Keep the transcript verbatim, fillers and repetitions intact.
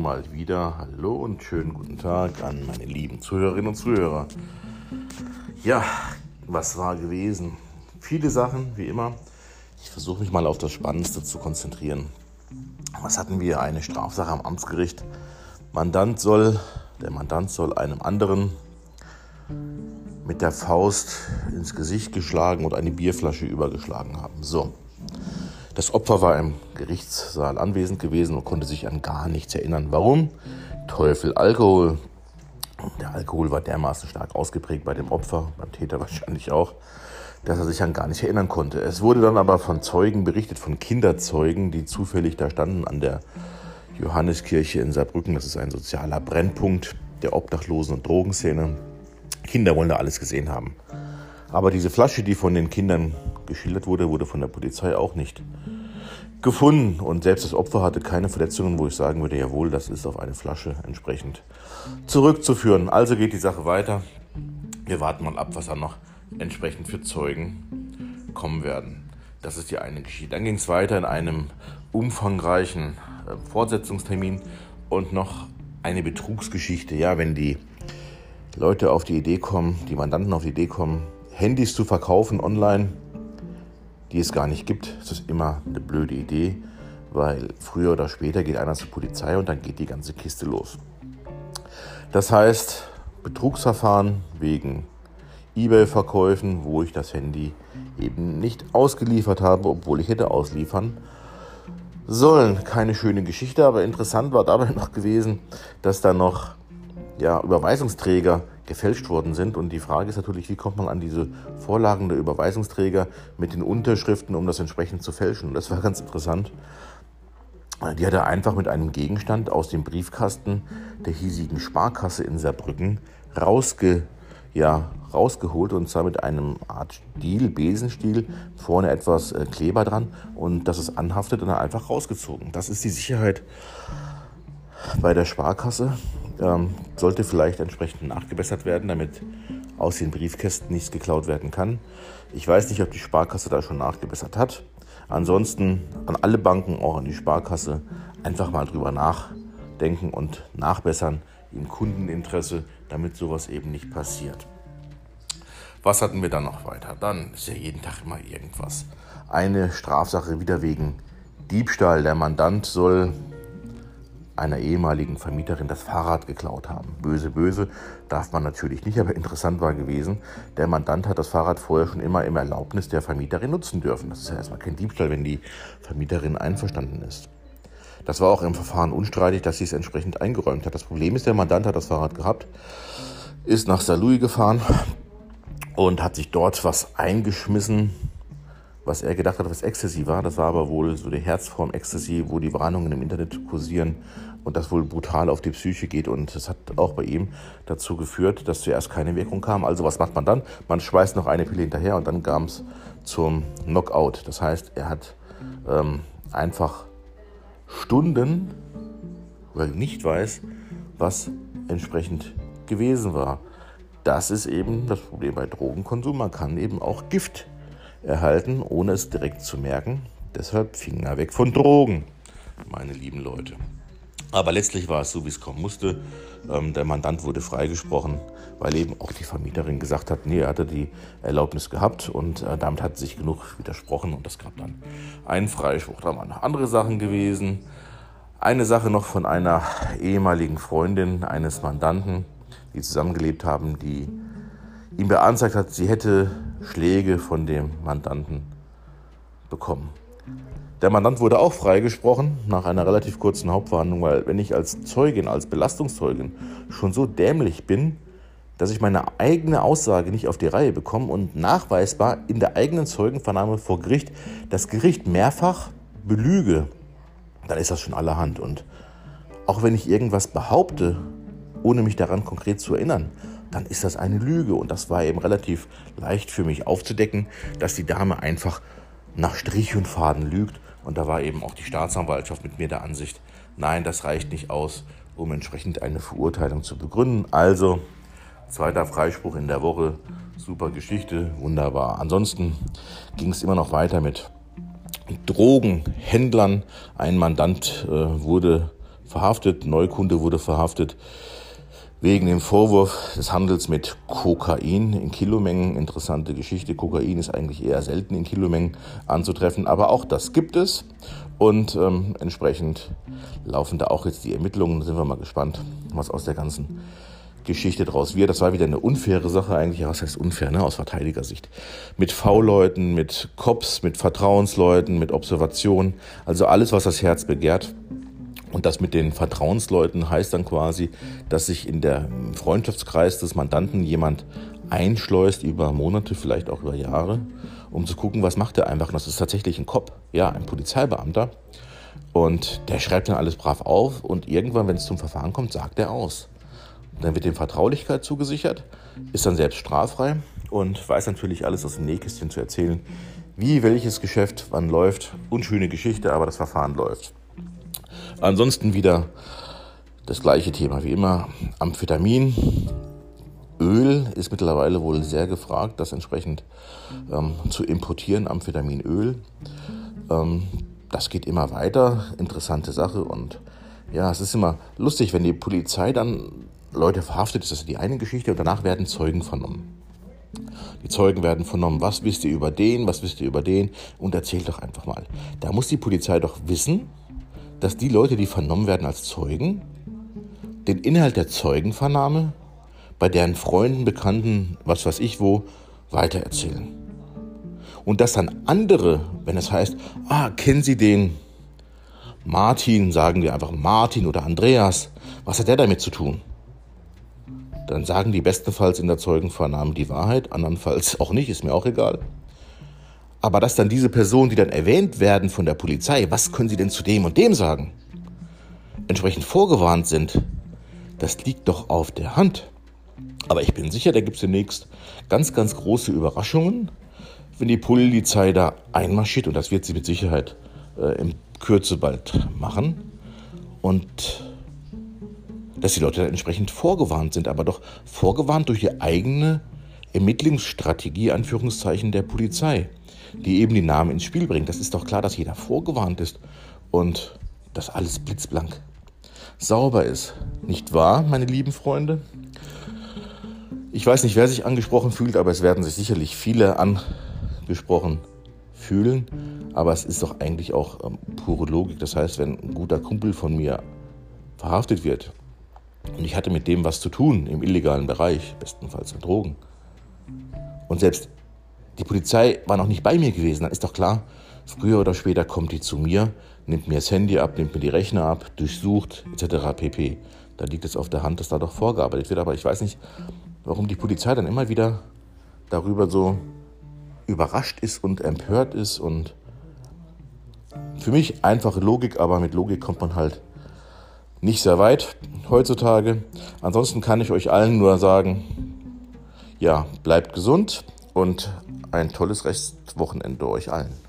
mal wieder. Hallo und schönen guten Tag an meine lieben Zuhörerinnen und Zuhörer. Ja, was war gewesen? Viele Sachen, wie immer. Ich versuche mich mal auf das Spannendste zu konzentrieren. Was hatten wir? Eine Strafsache am Amtsgericht. Mandant soll, der Mandant soll einem anderen mit der Faust ins Gesicht geschlagen und eine Bierflasche übergeschlagen haben. So. Das Opfer war im Gerichtssaal anwesend gewesen und konnte sich an gar nichts erinnern. Warum? Teufel, Alkohol. Der Alkohol war dermaßen stark ausgeprägt bei dem Opfer, beim Täter wahrscheinlich auch, dass er sich an gar nicht erinnern konnte. Es wurde dann aber von Zeugen berichtet, von Kinderzeugen, die zufällig da standen an der Johanneskirche in Saarbrücken. Das ist ein sozialer Brennpunkt der Obdachlosen- und Drogenszene. Kinder wollen da alles gesehen haben. Aber diese Flasche, die von den Kindern geschildert wurde, wurde von der Polizei auch nicht gefunden. Und selbst das Opfer hatte keine Verletzungen, wo ich sagen würde, jawohl, das ist auf eine Flasche entsprechend zurückzuführen. Also geht die Sache weiter. Wir warten mal ab, was dann noch entsprechend für Zeugen kommen werden. Das ist die eine Geschichte. Dann ging es weiter in einem umfangreichen äh, Fortsetzungstermin und noch eine Betrugsgeschichte. Ja, wenn die Leute auf die Idee kommen, die Mandanten auf die Idee kommen, Handys zu verkaufen online, die es gar nicht gibt, das ist immer eine blöde Idee, weil früher oder später geht einer zur Polizei und dann geht die ganze Kiste los. Das heißt, Betrugsverfahren wegen eBay-Verkäufen, wo ich das Handy eben nicht ausgeliefert habe, obwohl ich hätte ausliefern sollen. Keine schöne Geschichte, aber interessant war dabei noch gewesen, dass da noch ja, Überweisungsträger gefälscht worden sind. Und die Frage ist natürlich, wie kommt man an diese Vorlagen der Überweisungsträger mit den Unterschriften, um das entsprechend zu fälschen. Und das war ganz interessant. Die hat er einfach mit einem Gegenstand aus dem Briefkasten der hiesigen Sparkasse in Saarbrücken rausge, ja, rausgeholt, und zwar mit einem Art Stiel, Besenstiel, vorne etwas äh, Kleber dran, und das ist anhaftet und dann einfach rausgezogen. Das ist die Sicherheit bei der Sparkasse. Ähm, sollte vielleicht entsprechend nachgebessert werden, damit aus den Briefkästen nichts geklaut werden kann. Ich weiß nicht, ob die Sparkasse da schon nachgebessert hat. Ansonsten an alle Banken, auch an die Sparkasse, einfach mal drüber nachdenken und nachbessern im Kundeninteresse, damit sowas eben nicht passiert. Was hatten wir dann noch weiter? Dann ist ja jeden Tag immer irgendwas. Eine Strafsache wieder wegen Diebstahl. Der Mandant soll einer ehemaligen Vermieterin das Fahrrad geklaut haben. Böse, böse, darf man natürlich nicht, aber interessant war gewesen, der Mandant hat das Fahrrad vorher schon immer im Erlaubnis der Vermieterin nutzen dürfen. Das ist ja erstmal kein Diebstahl, wenn die Vermieterin einverstanden ist. Das war auch im Verfahren unstreitig, dass sie es entsprechend eingeräumt hat. Das Problem ist, der Mandant hat das Fahrrad gehabt, ist nach Saarlouis gefahren und hat sich dort was eingeschmissen, was er gedacht hat, was Ecstasy war. Das war aber wohl so die Herzform Ecstasy, wo die Warnungen im Internet kursieren und das wohl brutal auf die Psyche geht. Und das hat auch bei ihm dazu geführt, dass zuerst keine Wirkung kam. Also was macht man dann? Man schweißt noch eine Pille hinterher und dann kam es zum Knockout. Das heißt, er hat ähm, einfach Stunden, weil er nicht weiß, was entsprechend gewesen war. Das ist eben das Problem bei Drogenkonsum. Man kann eben auch Gift erhalten, ohne es direkt zu merken. Deshalb Finger weg von Drogen, meine lieben Leute. Aber letztlich war es so, wie es kommen musste. Ähm, der Mandant wurde freigesprochen, weil eben auch die Vermieterin gesagt hat, nee, er hatte die Erlaubnis gehabt und äh, damit hat sich genug widersprochen und das gab dann einen Freispruch. Da waren noch andere Sachen gewesen. Eine Sache noch von einer ehemaligen Freundin eines Mandanten, die zusammengelebt haben, die ihm beantragt hat, sie hätte Schläge von dem Mandanten bekommen. Der Mandant wurde auch freigesprochen nach einer relativ kurzen Hauptverhandlung, weil wenn ich als Zeugin, als Belastungszeugin schon so dämlich bin, dass ich meine eigene Aussage nicht auf die Reihe bekomme und nachweisbar in der eigenen Zeugenvernahme vor Gericht das Gericht mehrfach belüge, dann ist das schon allerhand. Und auch wenn ich irgendwas behaupte, ohne mich daran konkret zu erinnern, dann ist das eine Lüge. Und das war eben relativ leicht für mich aufzudecken, dass die Dame einfach nach Strich und Faden lügt. Und da war eben auch die Staatsanwaltschaft mit mir der Ansicht, nein, das reicht nicht aus, um entsprechend eine Verurteilung zu begründen. Also, zweiter Freispruch in der Woche, super Geschichte, wunderbar. Ansonsten ging es immer noch weiter mit Drogenhändlern. Ein Mandant äh, wurde verhaftet. Neukunde wurde verhaftet wegen dem Vorwurf des Handels mit Kokain in Kilomengen. Interessante Geschichte. Kokain ist eigentlich eher selten in Kilomengen anzutreffen, aber auch das gibt es. Und ähm, entsprechend laufen da auch jetzt die Ermittlungen. Da sind wir mal gespannt, was aus der ganzen Geschichte draus wird. Das war wieder eine unfaire Sache eigentlich. Ja, was heißt unfair, ne? Aus Verteidigersicht. Mit V-Leuten, mit Cops, mit Vertrauensleuten, mit Observation. Also alles, was das Herz begehrt. Und das mit den Vertrauensleuten heißt dann quasi, dass sich in der Freundschaftskreis des Mandanten jemand einschleust über Monate, vielleicht auch über Jahre, um zu gucken, was macht er einfach. Und das ist tatsächlich ein Cop, ja, ein Polizeibeamter. Und der schreibt dann alles brav auf und irgendwann, wenn es zum Verfahren kommt, sagt er aus. Und dann wird dem Vertraulichkeit zugesichert, ist dann selbst straffrei und weiß natürlich alles aus dem Nähkästchen zu erzählen, wie welches Geschäft wann läuft. Unschöne Geschichte, aber das Verfahren läuft. Ansonsten wieder das gleiche Thema wie immer. Amphetamin. Öl ist mittlerweile wohl sehr gefragt, das entsprechend ähm, zu importieren, Amphetaminöl. Ähm, das geht immer weiter, interessante Sache. Und ja, es ist immer lustig, wenn die Polizei dann Leute verhaftet, ist das die eine Geschichte und danach werden Zeugen vernommen. Die Zeugen werden vernommen, was wisst ihr über den, was wisst ihr über den und erzählt doch einfach mal. Da muss die Polizei doch wissen, dass die Leute, die vernommen werden als Zeugen, den Inhalt der Zeugenvernahme bei deren Freunden, Bekannten, was weiß ich wo, weitererzählen. Und dass dann andere, wenn es heißt, ah, kennen Sie den Martin, sagen wir einfach Martin oder Andreas, was hat der damit zu tun? Dann sagen die bestenfalls in der Zeugenvernahme die Wahrheit, andernfalls auch nicht, ist mir auch egal. Aber dass dann diese Personen, die dann erwähnt werden von der Polizei, was können sie denn zu dem und dem sagen, entsprechend vorgewarnt sind, das liegt doch auf der Hand. Aber ich bin sicher, da gibt es demnächst ganz, ganz große Überraschungen, wenn die Polizei da einmarschiert, und das wird sie mit Sicherheit äh, in Kürze bald machen. Und dass die Leute dann entsprechend vorgewarnt sind, aber doch vorgewarnt durch die eigene Ermittlungsstrategie, Anführungszeichen, der Polizei, die eben die Namen ins Spiel bringt. Das ist doch klar, dass jeder vorgewarnt ist und dass alles blitzblank sauber ist. Nicht wahr, meine lieben Freunde? Ich weiß nicht, wer sich angesprochen fühlt, aber es werden sich sicherlich viele angesprochen fühlen. Aber es ist doch eigentlich auch ähm, pure Logik. Das heißt, wenn ein guter Kumpel von mir verhaftet wird und ich hatte mit dem was zu tun im illegalen Bereich, bestenfalls mit Drogen, und selbst die Polizei war noch nicht bei mir gewesen, dann ist doch klar, früher oder später kommt die zu mir, nimmt mir das Handy ab, nimmt mir die Rechner ab, durchsucht et cetera pp. Da liegt es auf der Hand, dass da doch vorgearbeitet wird. Aber ich weiß nicht, warum die Polizei dann immer wieder darüber so überrascht ist und empört ist. Und für mich einfache Logik, aber mit Logik kommt man halt nicht sehr weit heutzutage. Ansonsten kann ich euch allen nur sagen, ja, bleibt gesund und ein tolles Restwochenende euch allen.